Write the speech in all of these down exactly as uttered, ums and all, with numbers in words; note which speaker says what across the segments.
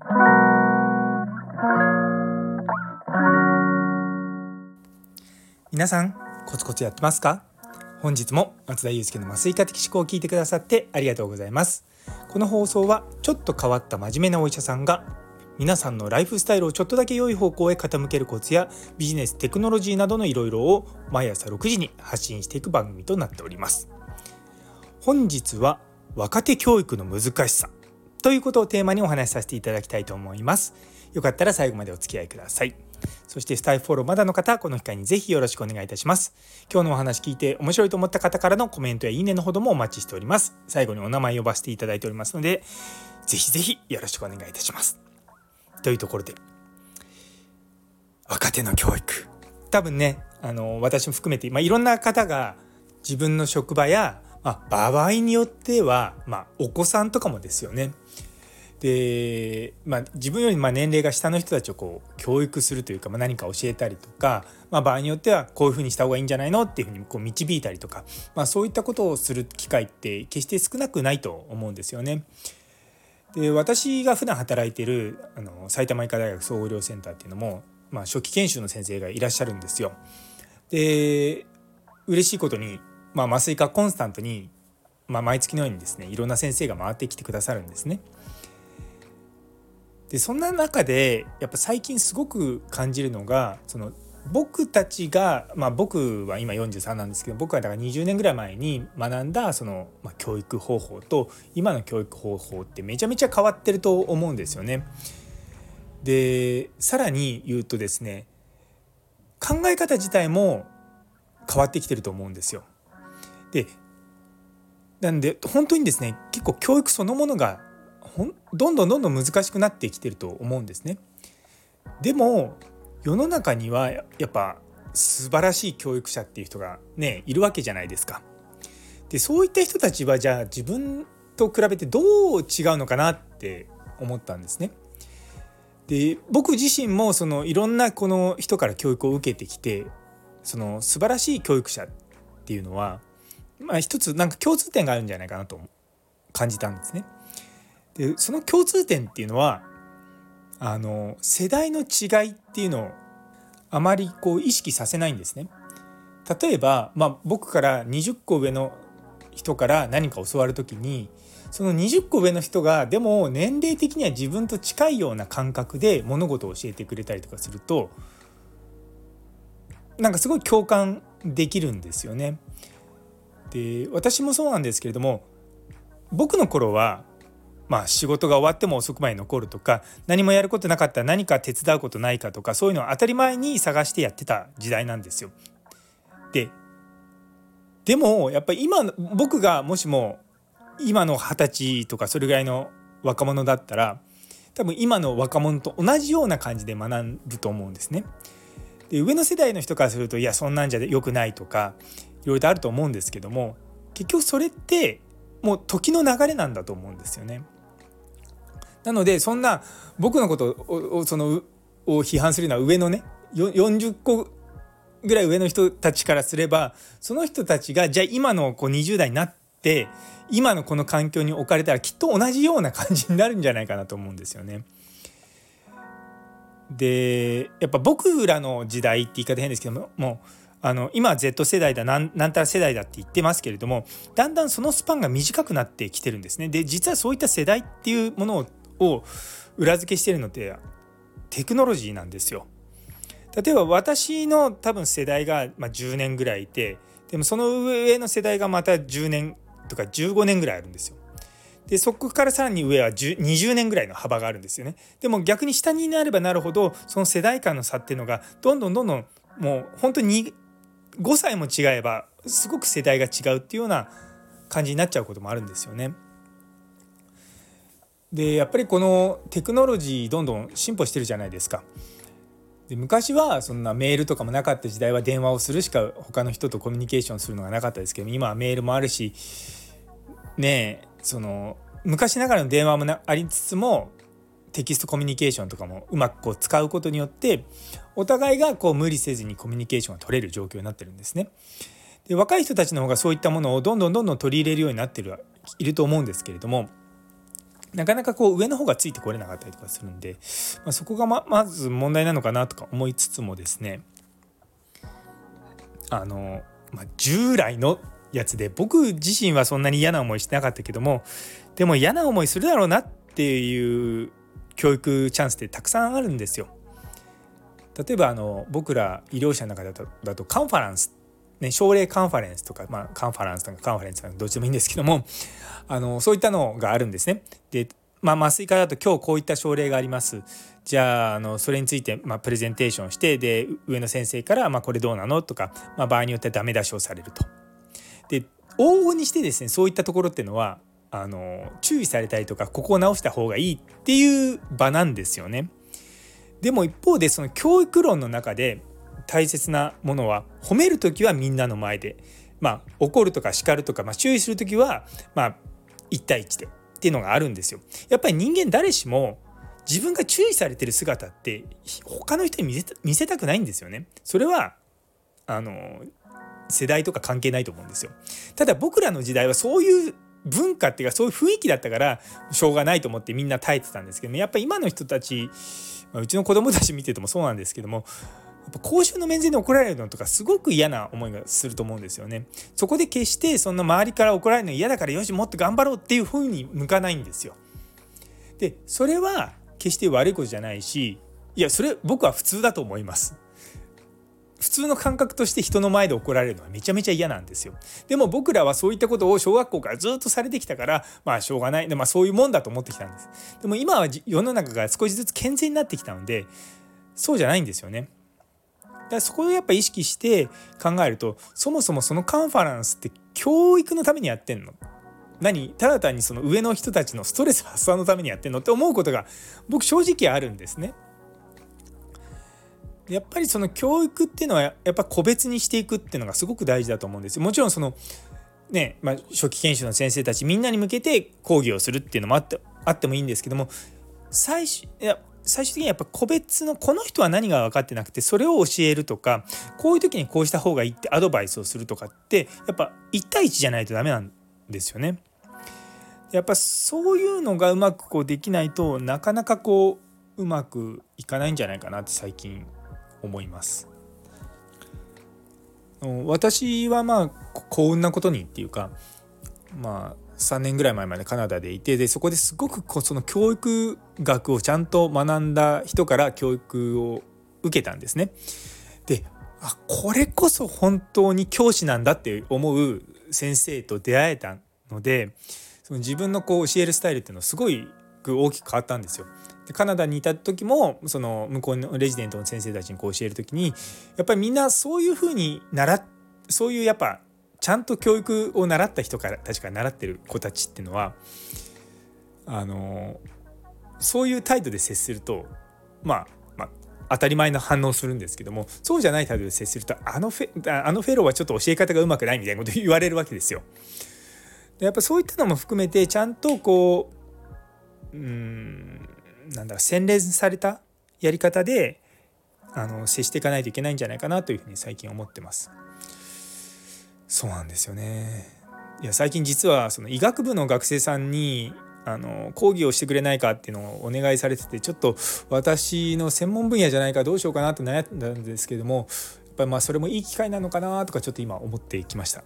Speaker 1: 皆さんコツコツやってますか？本日も松田祐介の麻酔科的思考を聞いてくださってありがとうございます。この放送はちょっと変わった真面目なお医者さんが皆さんのライフスタイルをちょっとだけ良い方向へ傾けるコツやビジネス、テクノロジーなどのいろいろを毎朝ろくじに発信していく番組となっております。本日は若手教育の難しさということをテーマにお話しさせていただきたいと思います。よかったら最後までお付き合いください。そしてスタイフフォローまだの方、この機会にぜひよろしくお願いいたします。今日のお話聞いて面白いと思った方からのコメントやいいねのほどもお待ちしております。最後にお名前呼ばせていただいておりますので、ぜひぜひよろしくお願いいたします。というところで、若手の教育、多分ね、あの私も含めて、まあ、いろんな方が自分の職場や、まあ、場合によっては、まあ、お子さんとかもですよね。で、まあ、自分よりまあ年齢が下の人たちをこう教育するというか、まあ、何か教えたりとか、まあ、場合によってはこういうふうにした方がいいんじゃないのっていうふうにこう導いたりとか、まあ、そういったことをする機会って決して少なくないと思うんですよね。で、私が普段働いているあの埼玉医科大学総合医療センターっていうのも、まあ、初期研修の先生がいらっしゃるんですよ。で、嬉しいことに、まあ、麻酔科コンスタントに、まあ、毎月のようにですね、いろんな先生が回ってきてくださるんですね。で、そんな中でやっぱ最近すごく感じるのが、その僕たちが、まあ、僕は今よんじゅうさんなんですけど、僕はだからにじゅうねんぐらい前に学んだその、まあ、教育方法と今の教育方法ってめちゃめちゃ変わってると思うんですよね。で、さらに言うとですね、考え方自体も変わってきてると思うんですよ。で、なんで本当にですね、結構教育そのものがどんどんどんどん難しくなってきてると思うんですね。でも世の中にはやっぱ素晴らしい教育者っていう人がね、いるわけじゃないですか。で、そういった人たちはじゃあ自分と比べてどう違うのかなって思ったんですね。で、僕自身もそのいろんなこの人から教育を受けてきて、その素晴らしい教育者っていうのは、まあ、一つなんか共通点があるんじゃないかなと感じたんですね。で、その共通点っていうのは、あの世代の違いっていうのをあまりこう意識させないんですね。例えば、まあ、僕からにじゅっこ上の人から何か教わるときに、そのにじゅっこ上の人がでも年齢的には自分と近いような感覚で物事を教えてくれたりとかすると、なんかすごい共感できるんですよね。で、私もそうなんですけれども、僕の頃はまあ仕事が終わっても遅くまで残るとか、何もやることなかったら何か手伝うことないかとか、そういうのを当たり前に探してやってた時代なんですよ。で、でもやっぱり今の僕がもしも今のはたちとかそれぐらいの若者だったら、多分今の若者と同じような感じで学ぶと思うんですね。で、上の世代の人からすると、いやそんなんじゃ良くないとかいろいろとあると思うんですけども、結局それってもう時の流れなんだと思うんですよね。なので、そんな僕のことをそのを批判するのは上のねよんじゅっこぐらい上の人たちからすれば、その人たちがじゃあ今のこうにじゅう代になって今のこの環境に置かれたらきっと同じような感じになるんじゃないかなと思うんですよね。で、やっぱ僕らの時代って言い方変ですけども、もうあの今は Z 世代だなん、なんたら世代だって言ってますけれども、だんだんそのスパンが短くなってきてるんですね。で、実はそういった世代っていうものをを裏付けしているのってテクノロジーなんですよ。例えば私の多分世代がまあじゅうねんぐらいいて、でもその上の世代がまたじゅうねんとかじゅうごねんぐらいあるんですよ。で、そこからさらに上はにじゅうねんぐらいの幅があるんですよね。でも逆に下になればなるほど、その世代間の差っていうのがどんどんどんどんもう本当にごさいも違えばすごく世代が違うっていうような感じになっちゃうこともあるんですよね。で、やっぱりこのテクノロジーどんどん進歩してるじゃないですか。で、昔はそんなメールとかもなかった時代は電話をするしか他の人とコミュニケーションするのがなかったですけど、今はメールもあるしねえ、その昔ながらの電話もありつつもテキストコミュニケーションとかもうまくこう使うことによってお互いがこう無理せずにコミュニケーションが取れる状況になってるんですね。で、若い人たちの方がそういったものをどんどんどんどん取り入れるようになってるいると思うんですけれども、 なかなかこう上の方がついてこれなかったりとかするんで、まあ、そこが ま, まず問題なのかなとか思いつつもですね、あの、まあ、従来のやつで僕自身はそんなに嫌な思いしてなかったけども、でも嫌な思いするだろうなっていう教育チャンスってたくさんあるんですよ。例えばあの僕ら医療者の中だと、だとカンファランス、ね、症例カンファレンスとか、まあ、カンファランスとかカンファレンスとかどっちでもいいんですけども、あのそういったのがあるんですね。で、まあ、麻酔科だと今日こういった症例があります。じゃあ、あのそれについて、まあ、プレゼンテーションして、で上の先生から、まあ、これどうなのとか、まあ、場合によってはダメ出しをされると。で往々にしてですね、そういったところっていうのはあの注意されたりとか、ここを直した方がいいっていう場なんですよね。でも一方でその教育論の中で大切なものは、褒めるときはみんなの前で、まあ、怒るとか叱るとか、まあ、注意するときは、まあ、いち対いちでっていうのがあるんですよ。やっぱり人間誰しも自分が注意されてる姿って他の人に見せた、見せたくないんですよね。それはあの世代とか関係ないと思うんですよ。ただ僕らの時代はそういう文化っていうか、そういう雰囲気だったからしょうがないと思ってみんな耐えてたんですけども、やっぱり今の人たち、うちの子供たち見ててもそうなんですけども、やっぱ公衆の面前で怒られるのとかすごく嫌な思いがすると思うんですよね。そこで決してそんな周りから怒られるの嫌だからよしもっと頑張ろうっていう風に向かないんですよ。でそれは決して悪いことじゃないし、いやそれ僕は普通だと思います。普通の感覚として人の前で怒られるのはめちゃめちゃ嫌なんですよ。でも僕らはそういったことを小学校からずっとされてきたから、まあしょうがないで、まあ、そういうもんだと思ってきたんです。でも今は世の中が少しずつ健全になってきたので、そうじゃないんですよね。だからそこをやっぱ意識して考えると、そもそもそのカンファランスって教育のためにやってんの？何？ただ単にその上の人たちのストレス発散のためにやってんのって思うことが僕正直あるんですね。やっぱりその教育っていうのはやっぱ個別にしていくっていうのがすごく大事だと思うんですよ。もちろんそのね、まあ、初期研修の先生たちみんなに向けて講義をするっていうのもあって、あってもいいんですけども、最終いや最終的にやっぱ個別のこの人は何が分かってなくてそれを教えるとか、こういう時にこうした方がいいってアドバイスをするとかってやっぱいち対いちじゃないとダメなんですよね。やっぱそういうのがうまくこうできないとなかなかこううまくいかないんじゃないかなって最近思います。私はまあ幸運なことにっていうか、まあさんねんぐらい前までカナダでいて、でそこですごくその教育学をちゃんと学んだ人から教育を受けたんですね。で、あ、これこそ本当に教師なんだって思う先生と出会えたので、その自分のこう教えるスタイルっていうのはすごい大きく変わったんですよ。でカナダにいた時もその向こうのレジデントの先生たちにこう教える時に、やっぱりみんなそういう風に習っそういうやっぱちゃんと教育を習った人からたちから習ってる子たちっていうのはあのそういう態度で接すると、まあ、まあ当たり前の反応するんですけども、そうじゃない態度で接するとあのフェ、あのフェローはちょっと教え方がうまくないみたいなこと言われるわけですよ。でやっぱそういったのも含めてちゃんとこううーんなんだろう洗練されたやり方であの接していかないといけないんじゃないかなというふうに最近思ってます。そうなんですよね。いや最近実はその医学部の学生さんにあの講義をしてくれないかっていうのをお願いされてて、ちょっと私の専門分野じゃないからどうしようかなと悩んだんですけども、やっぱりまあそれもいい機会なのかなとかちょっと今思ってきました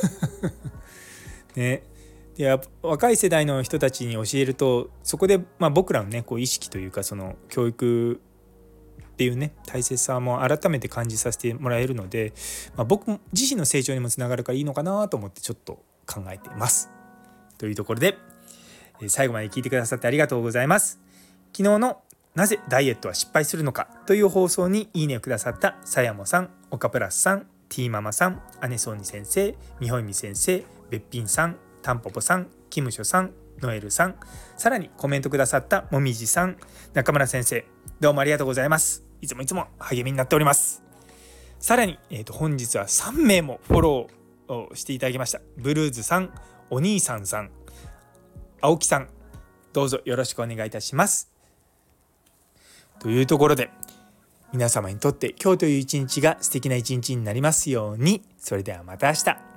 Speaker 1: ね。でやっぱ若い世代の人たちに教えると、そこでまあ僕らのねこう意識というか、その教育っていうね大切さも改めて感じさせてもらえるので、まあ、僕自身の成長にもつながるからいいのかなと思ってちょっと考えています。というところで最後まで聞いてくださってありがとうございます。昨日のなぜダイエットは失敗するのかという放送にいいねをくださったさやもさん、おかプラスさん、ティーママさん、姉そうに先生、みほいみ先生、べっぴんさん、たんぽぽさん、キムショさん、ノエルさん、さらにコメントくださったもみじさん、中村先生、どうもありがとうございます。いつもいつも励みになっております。さらに、えーと、本日はさんめいもフォローをしていただきました。ブルーズさん、お兄さんさん、青木さん、どうぞよろしくお願いいたします。というところで皆様にとって今日という一日が素敵な一日になりますように。それではまた明日。